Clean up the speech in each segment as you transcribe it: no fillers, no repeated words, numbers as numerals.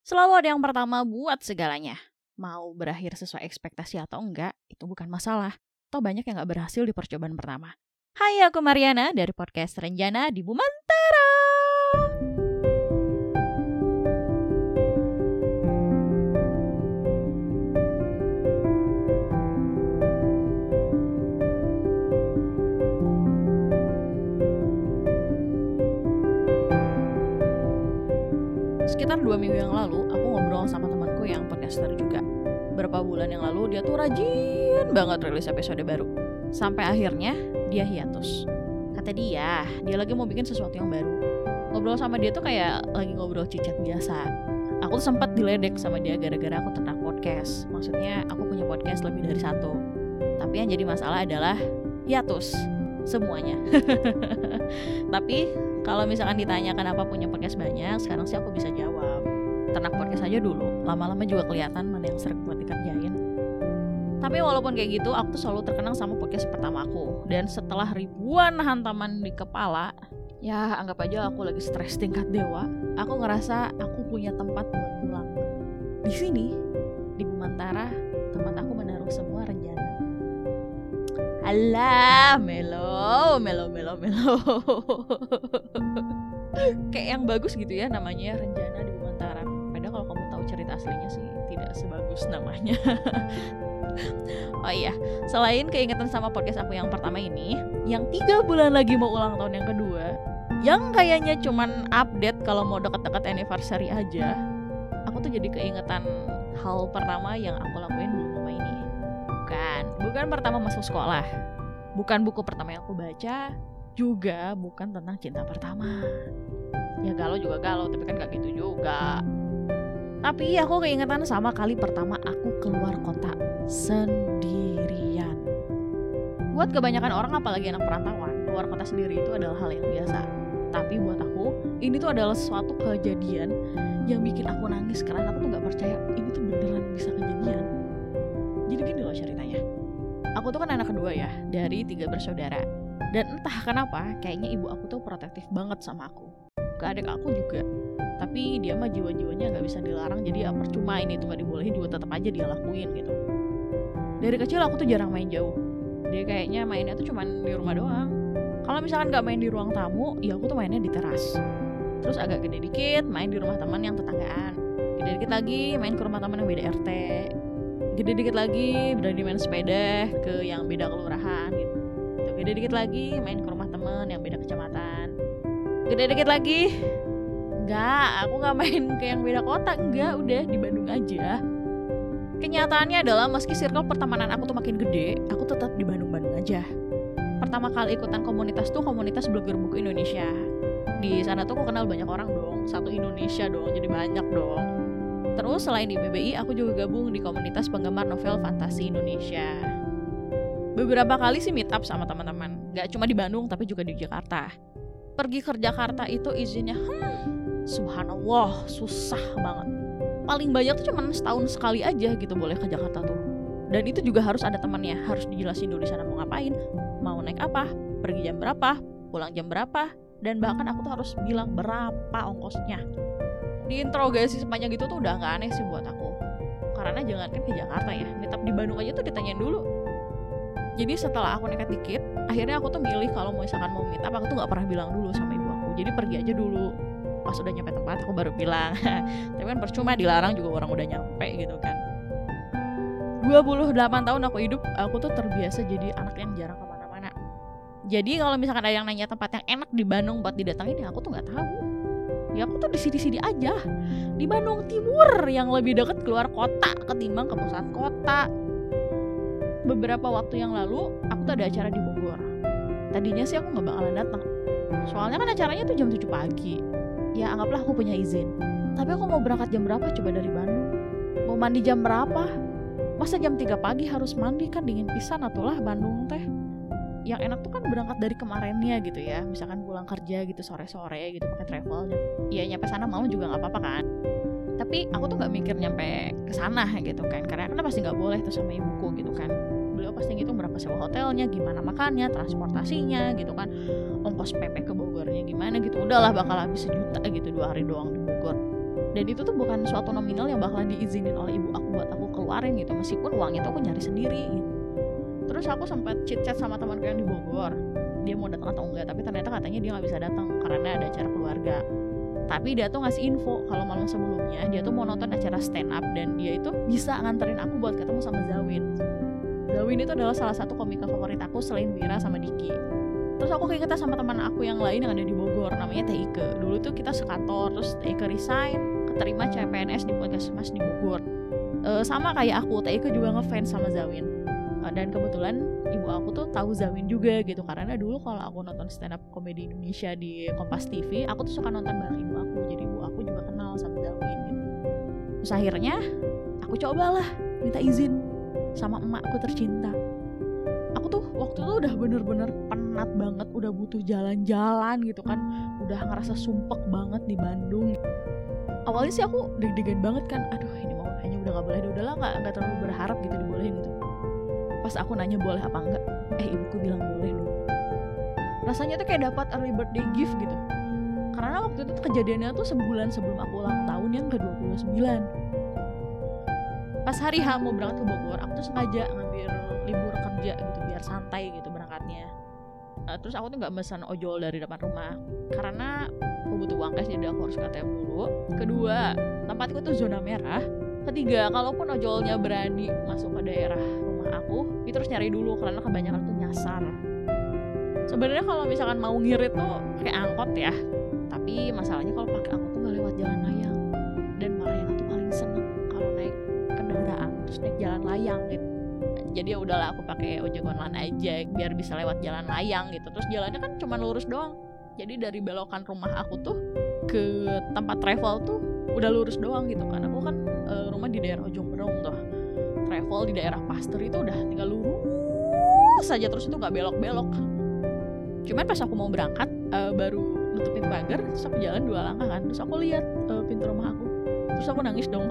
Selalu ada yang pertama buat segalanya. Mau berakhir sesuai ekspektasi atau enggak, itu bukan masalah. Toh banyak yang gak berhasil di percobaan pertama. Hai, aku Mariana dari podcast Renjana di Bumantara. Sekitar 2 minggu yang lalu, aku ngobrol sama temanku yang podcaster juga. Beberapa bulan yang lalu, dia tuh rajin banget rilis episode baru. Sampai akhirnya, dia hiatus. Kata dia lagi mau bikin sesuatu yang baru. Ngobrol sama dia tuh kayak lagi ngobrol cicat biasa. Aku tuh sempat diledek sama dia gara-gara aku tentang podcast. Maksudnya, aku punya podcast lebih dari satu. Tapi yang jadi masalah adalah hiatus semuanya. Tapi kalau misalkan ditanya kenapa punya podcast banyak, sekarang sih aku bisa jawab. Ternak podcast aja dulu, lama-lama juga kelihatan mana yang sering buat dikerjain. Tapi walaupun kayak gitu, aku tuh selalu terkenang sama podcast pertama aku. Dan setelah ribuan hantaman di kepala, ya anggap aja aku lagi stres tingkat dewa, aku ngerasa aku punya tempat buat pulang. Di sini, di Bumantara, tempat aku menaruh semua rencana. Alah, melo. Kayak yang bagus gitu ya namanya Renjana di Bumantara. Padahal kalau kamu tahu cerita aslinya sih tidak sebagus namanya. Oh iya, selain keingetan sama podcast aku yang pertama ini, yang 3 bulan lagi mau ulang tahun yang kedua, yang kayaknya cuman update kalau mau deket-deket anniversary aja, aku tuh jadi keingetan hal pertama yang aku lakuin belum lama ini. Bukan pertama masuk sekolah, bukan buku pertama yang aku baca, juga bukan tentang cinta pertama. Ya galau juga galau, tapi kan gak gitu juga. Tapi aku keingetan sama kali pertama aku keluar kota sendirian. Buat kebanyakan orang, apalagi anak perantauan, keluar kota sendiri itu adalah hal yang biasa. Tapi buat aku, ini tuh adalah suatu kejadian yang bikin aku nangis karena aku tuh gak percaya ini tuh beneran bisa kejadian. Jadi gini loh ceritanya. Aku tuh kan anak kedua ya, dari 3 bersaudara. Dan entah kenapa, kayaknya ibu aku tuh protektif banget sama aku. Ke adik aku juga. Tapi dia mah jiwa-jiwanya gak bisa dilarang, jadi ya percuma ini tuh gak dibolehin juga tetap aja dia lakuin gitu. Dari kecil aku tuh jarang main jauh. Dia kayaknya mainnya tuh cuman di rumah doang. Kalau misalkan gak main di ruang tamu, ya aku tuh mainnya di teras. Terus agak gede dikit, main di rumah teman yang tetanggaan. Gede dikit lagi, main ke rumah teman yang beda RT. Gede dikit lagi, berani main sepeda ke yang beda kelurahan gitu. Gede dikit lagi, main ke rumah teman yang beda kecamatan. Gede dikit lagi, aku gak main ke yang beda kota, udah di Bandung aja. Kenyataannya adalah meski circle pertemanan aku tuh makin gede, aku tetap di Bandung-Bandung aja. Pertama kali ikutan komunitas tuh komunitas blogger buku Indonesia. Di sana tuh aku kenal banyak orang dong, satu Indonesia dong, jadi banyak dong. Terus selain di BBI, aku juga gabung di komunitas penggemar novel fantasi Indonesia. Beberapa kali sih meet up sama teman-teman, gak cuma di Bandung tapi juga di Jakarta. Pergi ke Jakarta itu izinnya, subhanallah, susah banget. Paling banyak tuh cuma setahun sekali aja gitu boleh ke Jakarta tuh. Dan itu juga harus ada temannya, harus dijelasin dulu di sana mau ngapain, mau naik apa, pergi jam berapa, pulang jam berapa, dan bahkan aku tuh harus bilang berapa ongkosnya. Diinterogasi sepanjang gitu tuh udah gak aneh sih buat aku. Karena jangankan ke Jakarta ya, meet up di Bandung aja tuh ditanyain dulu. Jadi setelah aku nekat dikit, akhirnya aku tuh milih kalau misalkan mau meet up, aku tuh gak pernah bilang dulu sama ibu aku. Jadi pergi aja dulu. Pas udah nyampe tempat aku baru bilang. Tapi kan percuma, dilarang juga orang udah nyampe gitu kan. 28 tahun aku hidup, aku tuh terbiasa jadi anak yang jarang kemana-mana. Jadi kalau misalkan ada yang nanya tempat yang enak di Bandung buat didatangin, ya aku tuh gak tahu. Ya aku tuh di sini aja, di Bandung Timur yang lebih dekat keluar kota ketimbang ke pusat kota. Beberapa waktu yang lalu aku tuh ada acara di Bogor. Tadinya sih aku nggak bakalan datang, soalnya kan acaranya tuh jam 7 pagi. Ya anggaplah aku punya izin. Tapi aku mau berangkat jam berapa coba dari Bandung? Mau mandi jam berapa? Masa jam 3 pagi harus mandi, kan dingin pisan atulah Bandung teh. Yang enak tuh kan berangkat dari kemarinnya gitu ya, misalkan pulang kerja gitu sore-sore gitu pakai travel. Ya nyampe sana malam juga nggak apa-apa kan. Tapi aku tuh nggak mikir nyampe ke sana gitu kan, karena pasti nggak boleh tuh sama ibuku gitu kan. Beliau pasti ngitung berapa sewa hotelnya, gimana makannya, transportasinya gitu kan, ongkos PP ke Bogornya gimana gitu. Udahlah bakal habis 1 juta gitu 2 hari doang di Bogor. Dan itu tuh bukan suatu nominal yang bakalan diizinin oleh ibu aku buat aku keluarin gitu, meskipun uangnya tuh aku nyari sendiri gitu. Terus aku sempat chit-chat sama temanku yang di Bogor, dia mau datang atau enggak, tapi ternyata katanya dia nggak bisa datang karena ada acara keluarga. Tapi dia tuh ngasih info kalau malam sebelumnya dia tuh mau nonton acara stand up dan dia itu bisa nganterin aku buat ketemu sama Zawin. Zawin itu adalah salah satu komika favorit aku selain Wira sama Diki. Terus aku keingetan sama teman aku yang lain yang ada di Bogor, namanya Teike. Dulu tuh kita sekantor, terus Teike resign, keterima CPNS di Puskesmas di Bogor. Sama kayak aku, Teike juga ngefans sama Zawin. Dan kebetulan ibu aku tuh tahu Zawin juga gitu, karena dulu kalau aku nonton stand up komedi Indonesia di Kompas TV, aku tuh suka nonton bareng ibu aku, jadi ibu aku juga kenal sama Zawin gitu. Terus akhirnya aku cobalah minta izin sama emakku tercinta. Aku tuh waktu itu udah bener-bener penat banget, udah butuh jalan-jalan gitu kan, udah ngerasa sumpek banget di Bandung. Awalnya sih aku deg-degan banget kan, aduh ini mau kayaknya udah gak boleh, udahlah gak terlalu berharap gitu dibolehin gitu. Pas aku nanya boleh apa enggak, ibuku bilang boleh dong. Rasanya tuh kayak dapat early birthday gift gitu. Karena waktu itu kejadiannya tuh sebulan sebelum aku ulang tahun yang ke-29. Pas hari H mau berangkat ke Bogor, aku tuh sengaja ngambil libur kerja gitu biar santai gitu berangkatnya. Terus aku tuh gak pesan ojol dari depan rumah karena aku butuh uang cash, jadi aku harus ke ATM dulu. Kedua, tempatku tuh zona merah. Ketiga, kalaupun ojolnya berani masuk ke daerah rumah aku, itu harus nyari dulu karena kebanyakan tuh nyasar. Sebenarnya kalau misalkan mau ngirit tuh kayak angkot ya, tapi masalahnya kalau pakai angkot tuh nggak lewat jalan layang. Dan Mariana tuh paling seneng kalau naik kendaraan terus naik jalan layang gitu. Jadi ya udahlah aku pakai ojek online aja biar bisa lewat jalan layang gitu. Terus jalannya kan cuma lurus doang. Jadi dari belokan rumah aku tuh ke tempat travel tuh udah lurus doang gitu kan. Aku kan rumah di daerah Ujung Berung tuh. Travel di daerah Pasteur itu udah tinggal lurus saja, terus itu nggak belok-belok. Cuman pas aku mau berangkat baru nutupin pagar, terus aku jalan 2 langkah kan, terus aku lihat pintu rumah aku, terus aku nangis dong.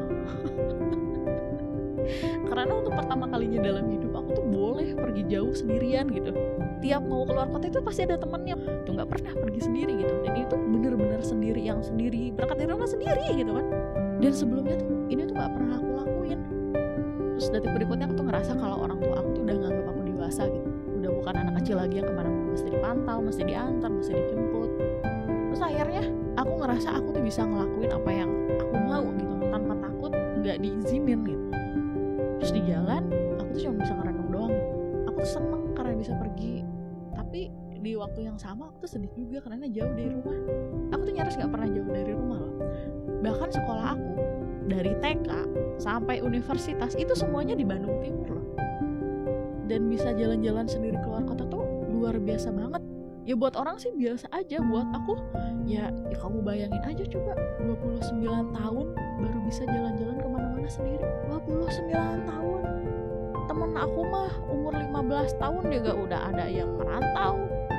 Karena untuk pertama kalinya dalam hidup aku tuh boleh pergi jauh sendirian gitu. Tiap mau keluar kota itu pasti ada temennya, tuh nggak pernah pergi sendiri gitu. Dan itu bener-bener sendiri, yang sendiri, berangkat dari rumah sendiri gitu kan. Dan sebelumnya tuh ini tuh nggak pernah aku lakuin. Terus detik berikutnya aku tuh ngerasa kalau orang tua aku tuh udah nganggap aku dewasa gitu, udah bukan anak kecil lagi yang kemana-mana mesti dipantau, mesti diantar, mesti dijemput. Terus akhirnya aku ngerasa aku tuh bisa ngelakuin apa yang aku mau gitu tanpa takut nggak diizinin gitu. Terus di jalan aku tuh cuma bisa ngerenung doang gitu. Aku tuh seneng karena bisa pergi, tapi di waktu yang sama aku tuh sedih juga karena jauh dari rumah. Aku tuh nyaris nggak pernah jauh dari rumah loh. Bahkan sekolah aku dari TK sampai universitas itu semuanya di Bandung Timur loh. Dan bisa jalan-jalan sendiri keluar kota tuh luar biasa banget. Ya buat orang sih biasa aja, buat aku ya kamu bayangin aja coba 29 tahun baru bisa jalan-jalan kemana-mana sendiri. 29 tahun. Temen aku mah umur 15 tahun juga udah ada yang merantau.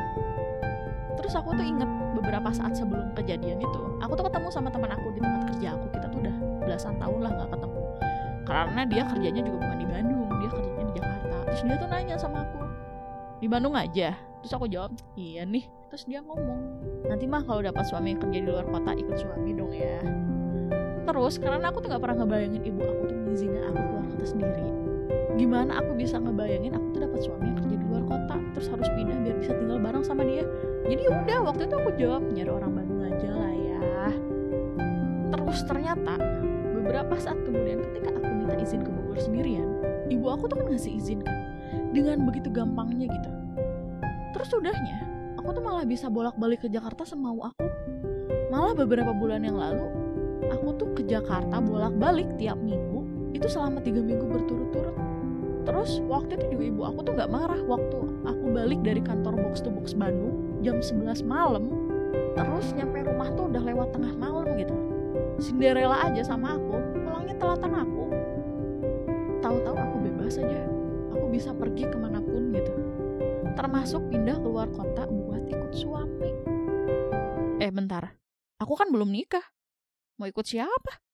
Terus aku tuh inget beberapa saat sebelum kejadian itu, aku tuh ketemu sama teman aku di tempat kerja aku. Kita tuh udah belasan tahun lah gak ketemu. Karena dia kerjanya juga bukan di Bandung, dia kerjanya di Jakarta. Terus dia tuh nanya sama aku, di Bandung aja? Terus aku jawab, iya nih. Terus dia ngomong, nanti mah kalau dapat suami kerja di luar kota ikut suami dong ya. Terus karena aku tuh gak pernah ngebayangin ibu aku tuh ngizinin aku keluar kota sendiri. Gimana aku bisa ngebayangin aku tuh dapat suami yang kerja di luar kota terus harus pindah biar bisa tinggal bareng sama dia. Jadi udah waktu itu aku jawab, nyari orang Bandung aja lah ya. Terus ternyata beberapa saat kemudian ketika aku minta izin ke Bogor sendirian, ibu aku tuh kan ngasih izin kan dengan begitu gampangnya gitu. Terus udahnya aku tuh malah bisa bolak-balik ke Jakarta semau aku. Malah beberapa bulan yang lalu aku tuh ke Jakarta bolak-balik tiap minggu, itu selama 3 minggu berturut-turut. Terus waktu itu juga ibu aku tuh gak marah waktu aku balik dari kantor Box to Box Bandung jam 11 malam. Terus nyampe rumah tuh udah lewat tengah malam gitu. Cinderella aja sama aku, pulangnya telatan aku. Tahu-tahu aku bebas aja, aku bisa pergi kemanapun gitu. Termasuk pindah keluar kota buat ikut suami. Bentar, aku kan belum nikah. Mau ikut siapa?